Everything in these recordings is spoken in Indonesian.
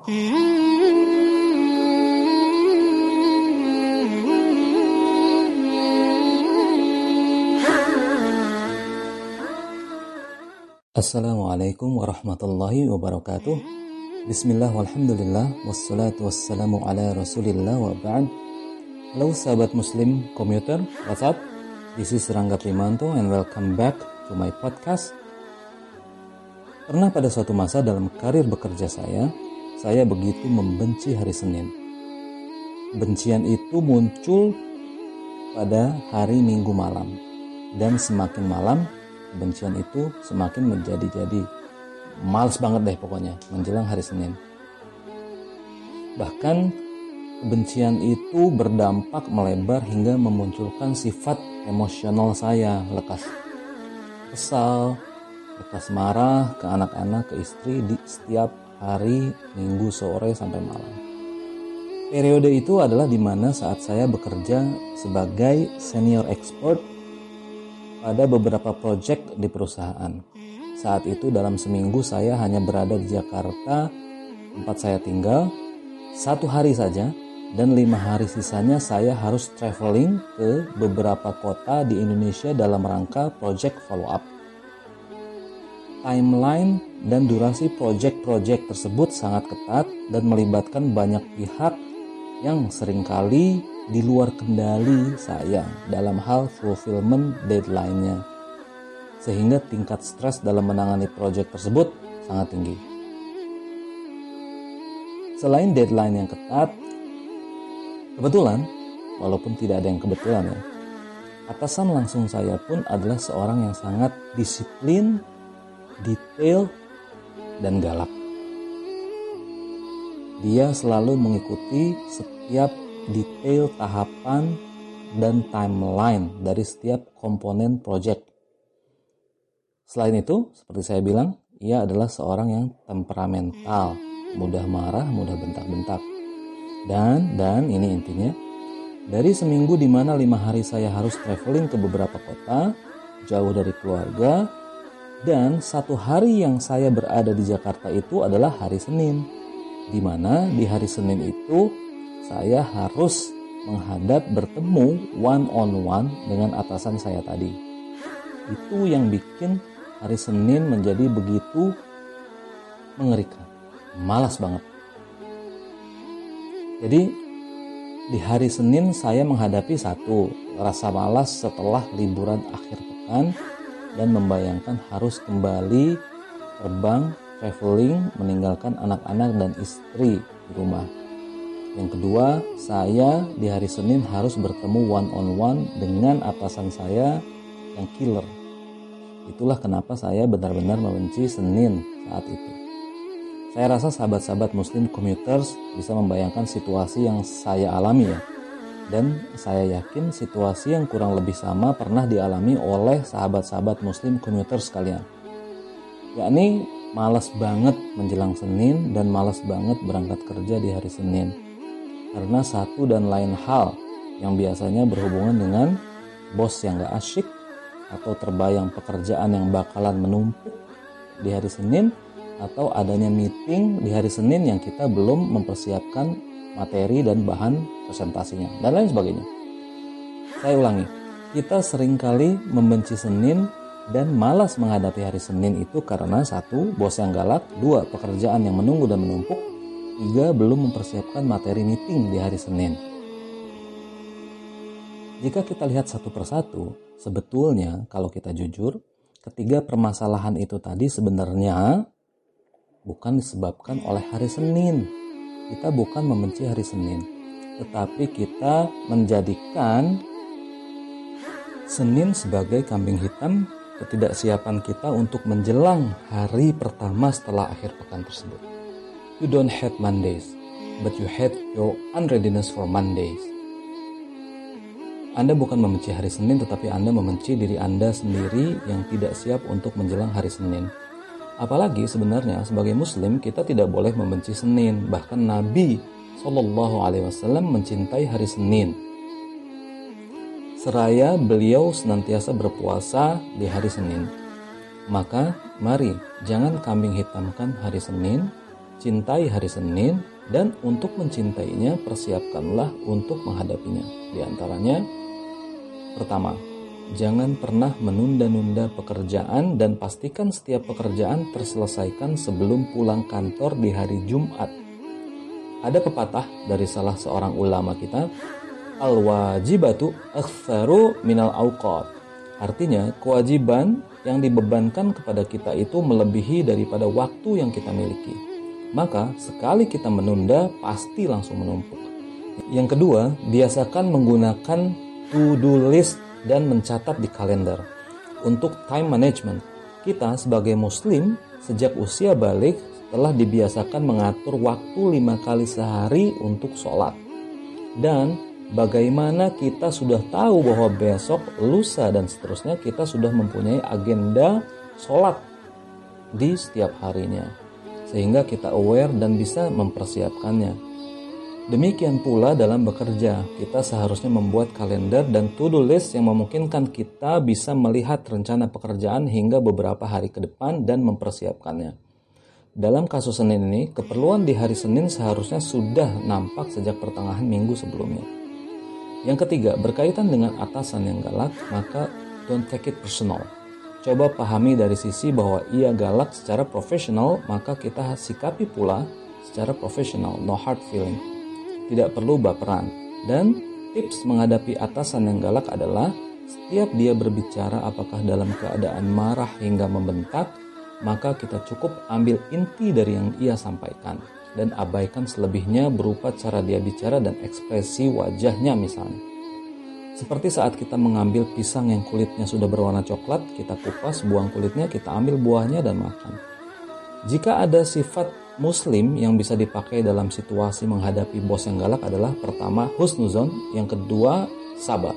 Assalamualaikum warahmatullahi wabarakatuh. Bismillah walhamdulillah wassalatu wassalamu ala rasulillah wa ba'd. Halo sahabat muslim commuter, what's up? This is Rangga Primanto and welcome back to my podcast. Pernah pada suatu masa dalam karir bekerja saya begitu membenci hari Senin. Kebencian itu muncul pada hari Minggu malam, dan semakin malam kebencian itu semakin menjadi males banget deh pokoknya menjelang hari Senin. Bahkan kebencian itu berdampak melebar hingga memunculkan sifat emosional saya, lekas kesal, lekas marah ke anak-anak, ke istri di setiap hari Minggu sore sampai malam. Periode itu adalah di mana saat saya bekerja sebagai senior expert pada beberapa proyek di perusahaan. Saat itu dalam seminggu saya hanya berada di Jakarta, tempat saya tinggal, 1 hari saja, dan 5 hari sisanya saya harus traveling ke beberapa kota di Indonesia dalam rangka proyek follow up. Timeline dan durasi proyek-proyek tersebut sangat ketat dan melibatkan banyak pihak yang seringkali di luar kendali saya dalam hal fulfillment deadline-nya, sehingga tingkat stres dalam menangani proyek tersebut sangat tinggi. Selain deadline yang ketat, kebetulan, walaupun tidak ada yang kebetulan ya, atasan langsung saya pun adalah seorang yang sangat disiplin, detail, dan galak. Dia selalu mengikuti setiap detail tahapan dan timeline dari setiap komponen proyek. Selain itu, seperti saya bilang, ia adalah seorang yang temperamental, mudah marah, mudah bentak-bentak. Dan ini intinya, dari seminggu di mana 5 hari saya harus traveling ke beberapa kota, jauh dari keluarga, dan 1 hari yang saya berada di Jakarta itu adalah hari Senin, di mana di hari Senin itu saya harus menghadap bertemu one on one dengan atasan saya tadi. Itu yang bikin hari Senin menjadi begitu mengerikan, malas banget. Jadi di hari Senin saya menghadapi satu, rasa malas setelah liburan akhir pekan dan membayangkan harus kembali terbang, traveling, meninggalkan anak-anak dan istri di rumah. Yang kedua, saya di hari Senin harus bertemu one on one dengan atasan saya yang killer. Itulah kenapa saya benar-benar membenci Senin saat itu. Saya rasa sahabat-sahabat muslim commuters bisa membayangkan situasi yang saya alami ya. Dan saya yakin situasi yang kurang lebih sama pernah dialami oleh sahabat-sahabat muslim commuters sekalian. Yakni malas banget menjelang Senin dan malas banget berangkat kerja di hari Senin. Karena satu dan lain hal yang biasanya berhubungan dengan bos yang gak asyik atau terbayang pekerjaan yang bakalan menumpuk di hari Senin, atau adanya meeting di hari Senin yang kita belum mempersiapkan materi dan bahan presentasinya, dan lain sebagainya. Saya ulangi, kita seringkali membenci Senin dan malas menghadapi hari Senin itu karena 1, bos yang galak, 2, pekerjaan yang menunggu dan menumpuk, 3, belum mempersiapkan materi meeting di hari Senin. Jika kita lihat satu persatu, sebetulnya kalau kita jujur, ketiga permasalahan itu tadi sebenarnya bukan disebabkan oleh hari Senin. Kita bukan membenci hari Senin, tetapi kita menjadikan Senin sebagai kambing hitam ketidaksiapan kita untuk menjelang hari pertama setelah akhir pekan tersebut. You don't hate Mondays, but you hate your unreadiness for Mondays. Anda bukan membenci hari Senin, tetapi Anda membenci diri Anda sendiri yang tidak siap untuk menjelang hari Senin. Apalagi sebenarnya sebagai muslim kita tidak boleh membenci Senin. Bahkan Nabi SAW mencintai hari Senin. Seraya beliau senantiasa berpuasa di hari Senin. Maka mari jangan kambing hitamkan hari Senin. cintai hari Senin, dan untuk mencintainya persiapkanlah untuk menghadapinya. Di antaranya, pertama, jangan pernah menunda-nunda pekerjaan dan pastikan setiap pekerjaan terselesaikan sebelum pulang kantor di hari Jumat. Ada pepatah dari salah seorang ulama kita, al-wajibatu aktsaru minal awqat. Artinya, kewajiban yang dibebankan kepada kita itu melebihi daripada waktu yang kita miliki. Maka, sekali kita menunda, pasti langsung menumpuk. Yang kedua, biasakan menggunakan to-do list dan mencatat di kalender. Untuk time management, kita sebagai muslim sejak usia balik telah dibiasakan mengatur waktu 5 kali sehari untuk sholat. Dan bagaimana kita sudah tahu bahwa besok, lusa, dan seterusnya kita sudah mempunyai agenda sholat di setiap harinya. Sehingga kita aware dan bisa mempersiapkannya. Demikian pula dalam bekerja, kita seharusnya membuat kalender dan to-do list yang memungkinkan kita bisa melihat rencana pekerjaan hingga beberapa hari ke depan dan mempersiapkannya. Dalam kasus Senin ini, keperluan di hari Senin seharusnya sudah nampak sejak pertengahan minggu sebelumnya. Yang ketiga, berkaitan dengan atasan yang galak, maka don't take it personal. Coba pahami dari sisi bahwa ia galak secara profesional, maka kita sikapi pula secara profesional, no hard feeling. Tidak perlu baperan. Dan tips menghadapi atasan yang galak adalah setiap dia berbicara apakah dalam keadaan marah hingga membentak, maka kita cukup ambil inti dari yang ia sampaikan dan abaikan selebihnya berupa cara dia bicara dan ekspresi wajahnya misalnya. Seperti saat kita mengambil pisang yang kulitnya sudah berwarna coklat, kita kupas, buang kulitnya, kita ambil buahnya dan makan. Jika ada sifat muslim yang bisa dipakai dalam situasi menghadapi bos yang galak adalah pertama, husnuzon, yang kedua, sabar.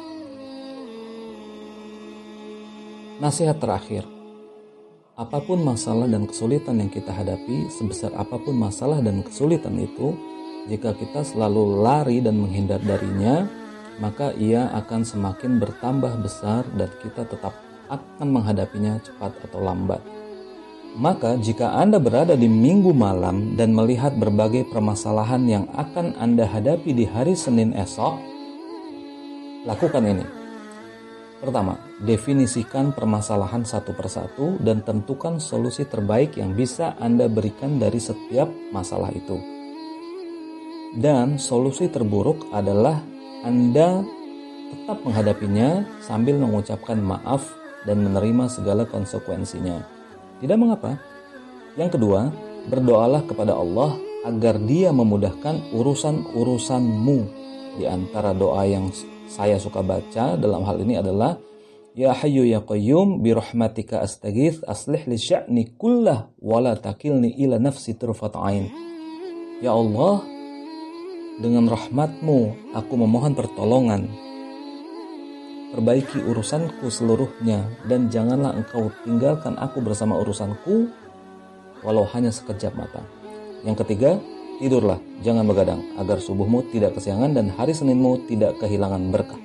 Nasihat terakhir, apapun masalah dan kesulitan yang kita hadapi, sebesar apapun masalah dan kesulitan itu, jika kita selalu lari dan menghindar darinya, maka ia akan semakin bertambah besar dan kita tetap akan menghadapinya cepat atau lambat. Maka jika Anda berada di minggu malam dan melihat berbagai permasalahan yang akan Anda hadapi di hari Senin esok, lakukan ini. Pertama, definisikan permasalahan satu persatu dan tentukan solusi terbaik yang bisa Anda berikan dari setiap masalah itu. Dan solusi terburuk adalah Anda tetap menghadapinya sambil mengucapkan maaf dan menerima segala konsekuensinya. Tidak mengapa. Yang kedua, berdoalah kepada Allah agar Dia memudahkan urusan-urusanmu. Di antara doa yang saya suka baca dalam hal ini adalah Ya Hayyu Ya Qayyum bi rahmatika astaghits aslih li sya'ni kullah wa la takilni ila nafsi tarfat ain. Ya Allah, dengan rahmat-Mu, aku memohon pertolongan. Perbaiki urusanku seluruhnya, dan janganlah Engkau tinggalkan aku bersama urusanku, walau hanya sekejap mata. Yang ketiga, tidurlah, jangan begadang, agar subuhmu tidak kesiangan dan hari Seninmu tidak kehilangan berkah.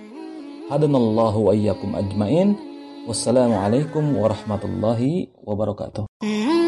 Hadanallahu wa iyyakum ajmain. Wassalamualaikum warahmatullahi wabarakatuh.